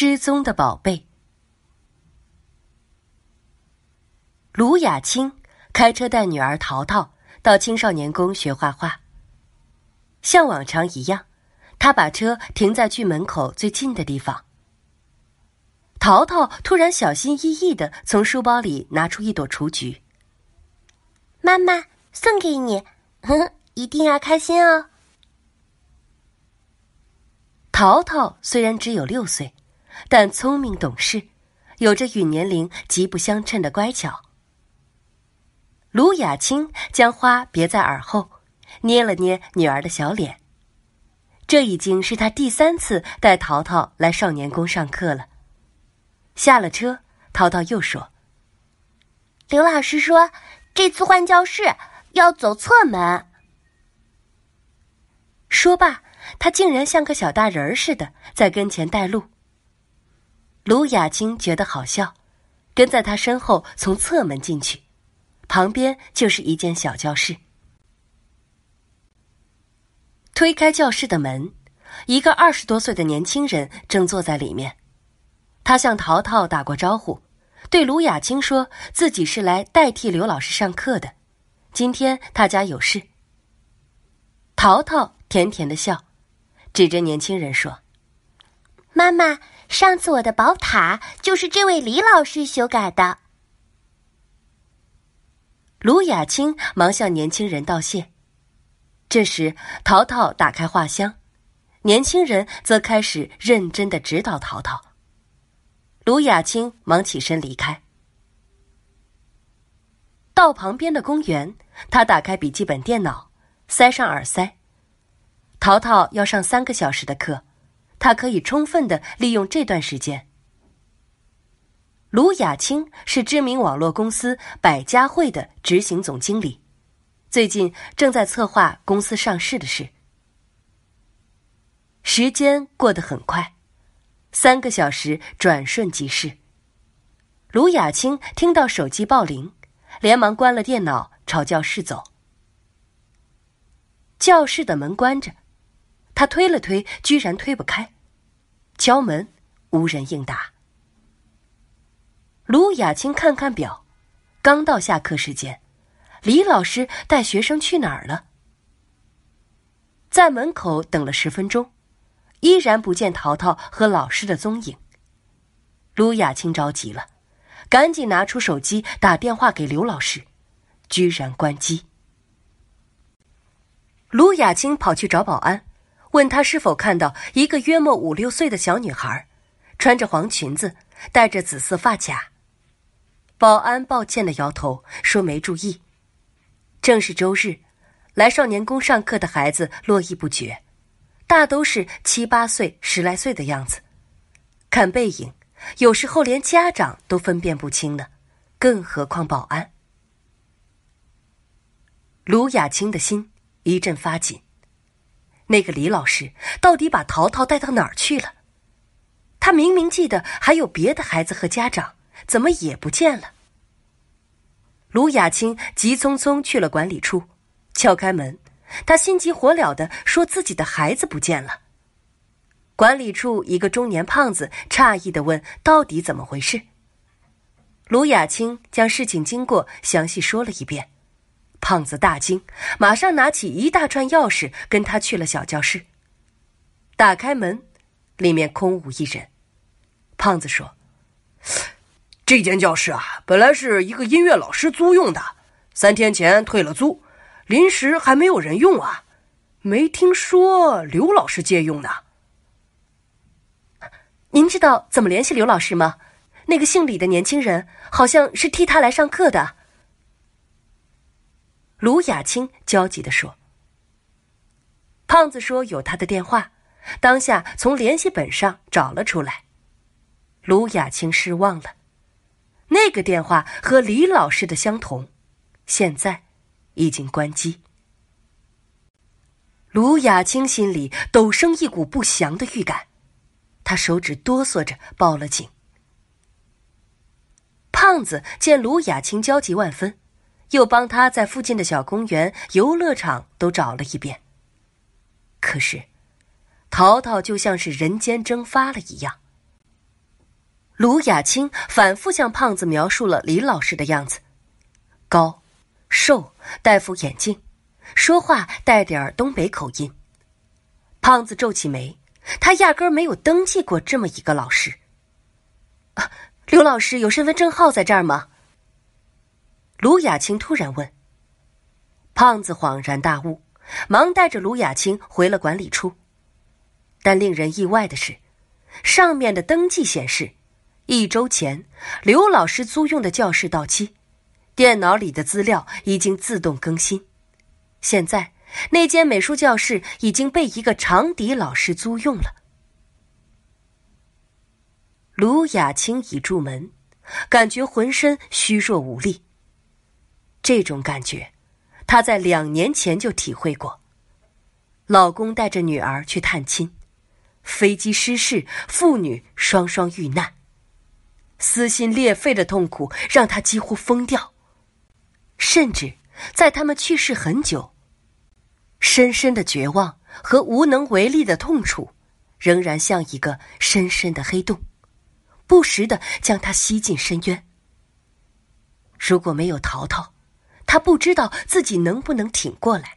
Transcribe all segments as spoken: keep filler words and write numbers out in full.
失踪的宝贝。卢雅清开车带女儿淘淘到青少年宫学画画。像往常一样，她把车停在距门口最近的地方。淘淘突然小心翼翼地从书包里拿出一朵雏菊。 妈妈，送给你，呵呵，一定要开心哦。 淘淘虽然只有六岁，但聪明懂事，有着与年龄极不相称的乖巧。卢雅清将花别在耳后，捏了捏女儿的小脸。这已经是她第三次带淘淘来少年宫上课了。下了车，淘淘又说：“ 刘老师说，这次换教室要走侧门。” 说罢，他竟然像个小大人儿似的在跟前带路。卢雅清觉得好笑，跟在他身后从侧门进去，旁边就是一间小教室。推开教室的门，一个二十多岁的年轻人正坐在里面。他向淘淘打过招呼，对卢雅清说自己是来代替刘老师上课的，今天他家有事。淘淘甜甜的笑，指着年轻人说：“ 妈妈，上次我的宝塔就是这位李老师修改的。” 卢雅清忙向年轻人道谢。这时淘淘打开画箱，年轻人则开始认真地指导淘淘。卢雅清忙起身离开。到旁边的公园，他打开笔记本电脑，塞上耳塞。淘淘要上三个小时的课，他可以充分地利用这段时间。卢雅清是知名网络公司百家汇的执行总经理，最近正在策划公司上市的事。时间过得很快，三个小时转瞬即逝。卢雅清听到手机报铃，连忙关了电脑，朝教室走。教室的门关着，他推了推，居然推不开。敲门，无人应答。卢雅清看看表，刚到下课时间，李老师带学生去哪儿了？在门口等了十分钟，依然不见淘淘和老师的踪影。卢雅清着急了，赶紧拿出手机打电话给刘老师，居然关机。卢雅清跑去找保安，问他是否看到一个约莫五六岁的小女孩，穿着黄裙子，戴着紫色发卡。保安抱歉地摇头，说没注意。正是周日，来少年宫上课的孩子络绎不绝，大都是七八岁、十来岁的样子。看背影，有时候连家长都分辨不清呢，更何况保安。卢雅清的心一阵发紧，那个李老师到底把淘淘带到哪儿去了？他明明记得还有别的孩子和家长，怎么也不见了？卢雅清急匆匆去了管理处，敲开门，他心急火燎地说自己的孩子不见了。管理处一个中年胖子诧异地问到底怎么回事。卢雅清将事情经过详细说了一遍。胖子大惊，马上拿起一大串钥匙跟他去了小教室。打开门，里面空无一人。胖子说：“ 这间教室啊，本来是一个音乐老师租用的，三天前退了租，临时还没有人用啊，没听说刘老师借用呢。” 您知道怎么联系刘老师吗？那个姓李的年轻人好像是替他来上课的。卢雅清焦急地说。胖子说有他的电话，当下从联系本上找了出来。卢雅清失望了，那个电话和李老师的相同，现在已经关机。卢雅清心里陡生一股不祥的预感，他手指哆嗦着报了警。胖子见卢雅清焦急万分，又帮他在附近的小公园、游乐场都找了一遍。可是淘淘就像是人间蒸发了一样， 卢雅清反复向胖子描述了李老师的样子：高、瘦，戴副眼镜，说话带点东北口音。胖子皱起眉，他压根儿没有登记过这么一个老师。啊，刘老师有身份证号在这儿吗？卢雅清突然问。胖子恍然大悟，忙带着卢雅清回了管理处。但令人意外的是，上面的登记显示，一周前刘老师租用的教室到期，电脑里的资料已经自动更新。现在那间美术教室已经被一个长笛老师租用了。卢雅清一入门，感觉浑身虚弱无力。这种感觉，她在两年前就体会过。老公带着女儿去探亲，飞机失事，父女双双遇难，撕心裂肺的痛苦让她几乎疯掉。甚至在他们去世很久，深深的绝望和无能为力的痛楚仍然像一个深深的黑洞，不时地将他吸进深渊。如果没有淘淘，他不知道自己能不能挺过来。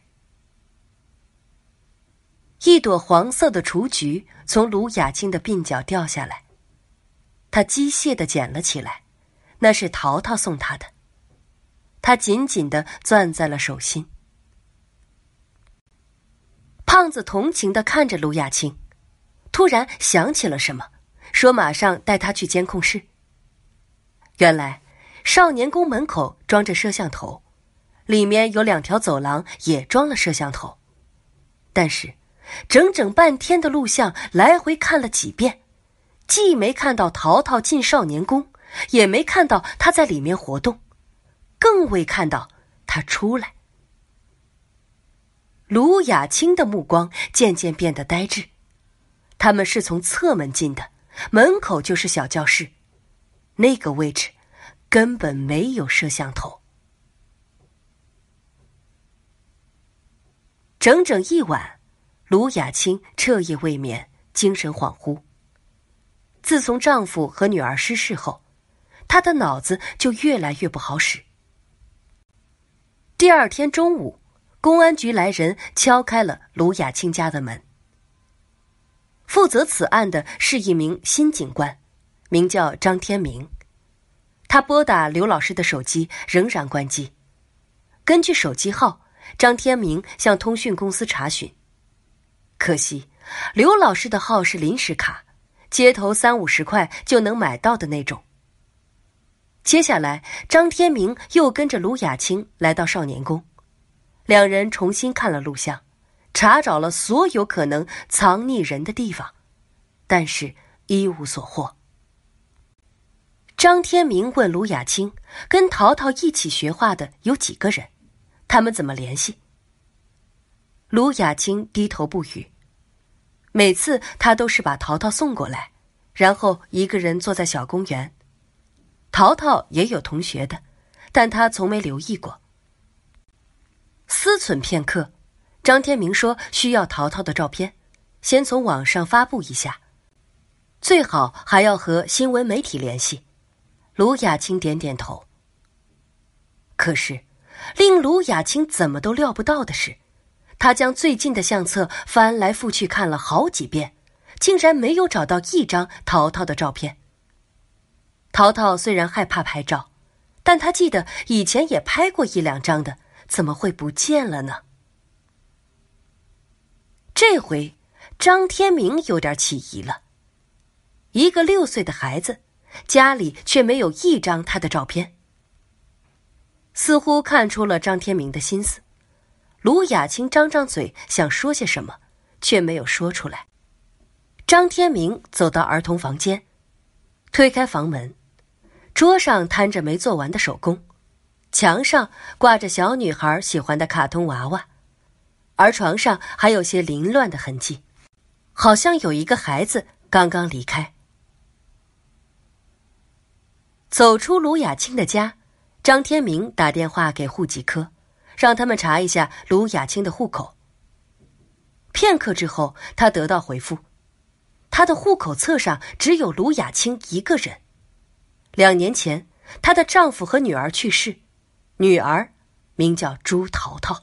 一朵黄色的雏菊从卢雅清的鬓角掉下来，他机械地捡了起来，那是淘淘送他的。他紧紧地攥在了手心。胖子同情地看着卢雅清，突然想起了什么，说马上带他去监控室。原来少年宫门口装着摄像头，里面有两条走廊也装了摄像头，但是整整半天的录像来回看了几遍，既没看到淘淘进少年宫，也没看到他在里面活动，更未看到他出来。卢雅清的目光渐渐变得呆滞。他们是从侧门进的，门口就是小教室，那个位置根本没有摄像头。整整一晚，卢雅清彻夜未眠，精神恍惚。自从丈夫和女儿失事后，她的脑子就越来越不好使。第二天中午，公安局来人敲开了卢雅清家的门。负责此案的是一名新警官，名叫张天明。他拨打刘老师的手机仍然关机。根据手机号，张天明向通讯公司查询。可惜刘老师的号是临时卡，接头三五十块就能买到的那种。接下来张天明又跟着卢雅清来到少年宫，两人重新看了录像，查找了所有可能藏匿人的地方，但是一无所获。张天明问卢雅清，跟淘淘一起学画的有几个人，他们怎么联系？卢雅清低头不语。每次他都是把淘淘送过来，然后一个人坐在小公园。淘淘也有同学的，但他从没留意过。思忖片刻，张天明说需要淘淘的照片，先从网上发布一下，最好还要和新闻媒体联系。卢雅清点点头。可是令卢雅清怎么都料不到的是，他将最近的相册翻来覆去看了好几遍，竟然没有找到一张淘淘的照片。淘淘虽然害怕拍照，但他记得以前也拍过一两张的，怎么会不见了呢？这回张天明有点起疑了。一个六岁的孩子，家里却没有一张他的照片。似乎看出了张天明的心思，卢雅清张张嘴想说些什么，却没有说出来。张天明走到儿童房间，推开房门，桌上摊着没做完的手工，墙上挂着小女孩喜欢的卡通娃娃，而床上还有些凌乱的痕迹，好像有一个孩子刚刚离开。走出卢雅清的家，张天明打电话给户籍科，让他们查一下卢雅清的户口。片刻之后，他得到回复，他的户口册上只有卢雅清一个人， 两年前，她的丈夫和女儿去世，女儿名叫朱桃桃。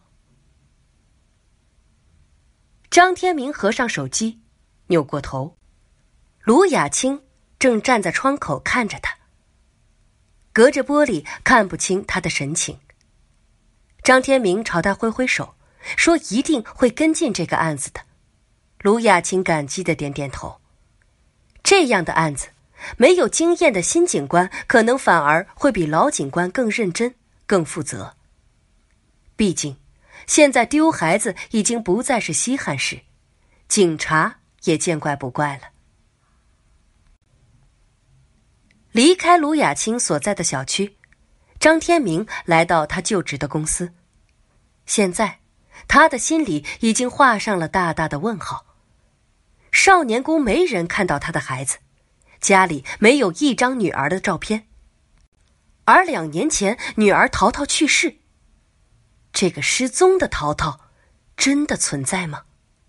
张天明合上手机，扭过头，卢雅清正站在窗口看着他，隔着玻璃看不清他的神情。张天明朝他挥挥手，说一定会跟进这个案子的。卢雅清感激地点点头。这样的案子，没有经验的新警官可能反而会比老警官更认真、更负责。毕竟，现在丢孩子已经不再是稀罕事，警察也见怪不怪了。离开卢雅清所在的小区，张天明来到他就职的公司。现在，他的心里已经画上了大大的问号。少年宫没人看到他的孩子，家里没有一张女儿的照片，而两年前女儿淘淘去世。这个失踪的淘淘真的存在吗？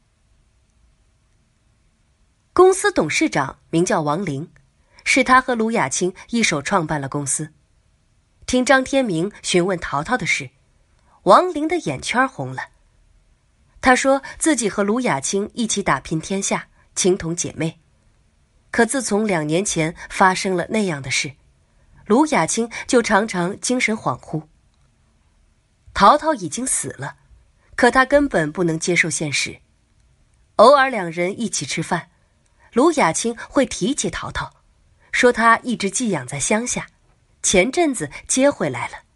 公司董事长名叫王玲，是他和卢雅清一手创办了公司。听张天明询问淘淘的事，王玲的眼圈红了。他说自己和卢雅清一起打拼天下，情同姐妹。可自从两年前发生了那样的事，卢雅清就常常精神恍惚。淘淘已经死了，可他根本不能接受现实。偶尔两人一起吃饭，卢雅清会提起淘淘，说他一直寄养在乡下，前阵子接回来了。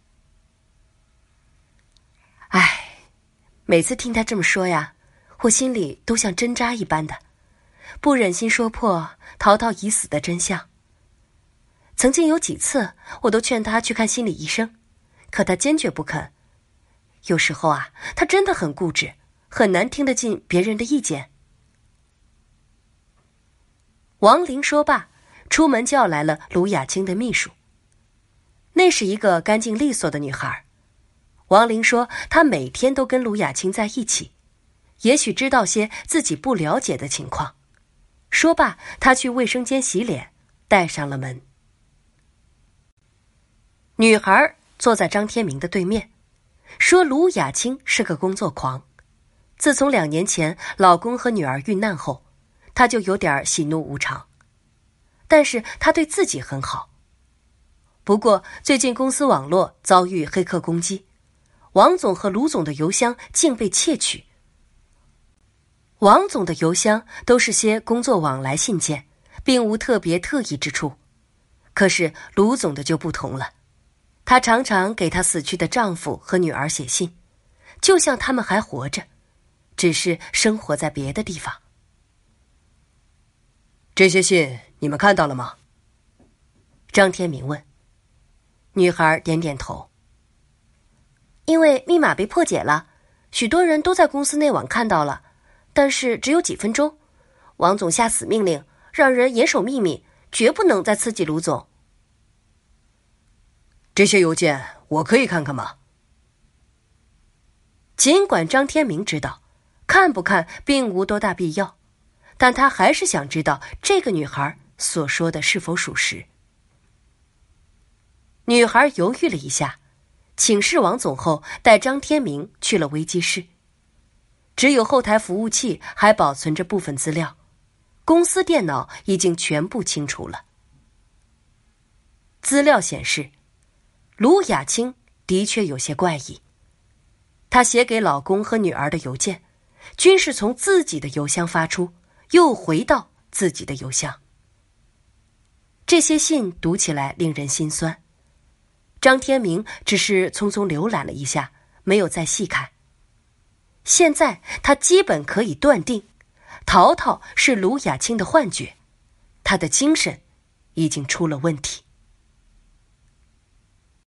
唉，每次听他这么说呀，我心里都像针扎一般的，不忍心说破淘淘已死的真相。曾经有几次，我都劝他去看心理医生，可他坚决不肯。有时候啊，他真的很固执，很难听得进别人的意见。王玲说罢，出门叫来了卢雅清的秘书。那是一个干净利索的女孩。王玲说她每天都跟卢雅清在一起，也许知道些自己不了解的情况。说罢，她去卫生间洗脸，带上了门。女孩坐在张天明的对面，说卢雅清是个工作狂。自从两年前老公和女儿遇难后，她就有点喜怒无常。但是她对自己很好。不过最近公司网络遭遇黑客攻击，王总和卢总的邮箱竟被窃取。王总的邮箱都是些工作往来信件，并无特别特异之处。可是卢总的就不同了，他常常给他死去的丈夫和女儿写信，就像他们还活着，只是生活在别的地方。 这些信你们看到了吗？ 张天明问。女孩点点头。 因为密码被破解了，许多人都在公司内网看到了，但是只有几分钟。王总下死命令，让人严守秘密，绝不能再刺激卢总。 这些邮件我可以看看吗？ 尽管张天明知道，看不看并无多大必要，但他还是想知道这个女孩所说的是否属实。女孩犹豫了一下，请示王总后，带张天明去了危机室。只有后台服务器还保存着部分资料，公司电脑已经全部清除了。资料显示，卢雅清的确有些怪异。她写给老公和女儿的邮件，均是从自己的邮箱发出，又回到自己的邮箱。这些信读起来令人心酸。张天明只是匆匆浏览了一下，没有再细看。现在他基本可以断定，淘淘是卢雅清的幻觉，她的精神已经出了问题。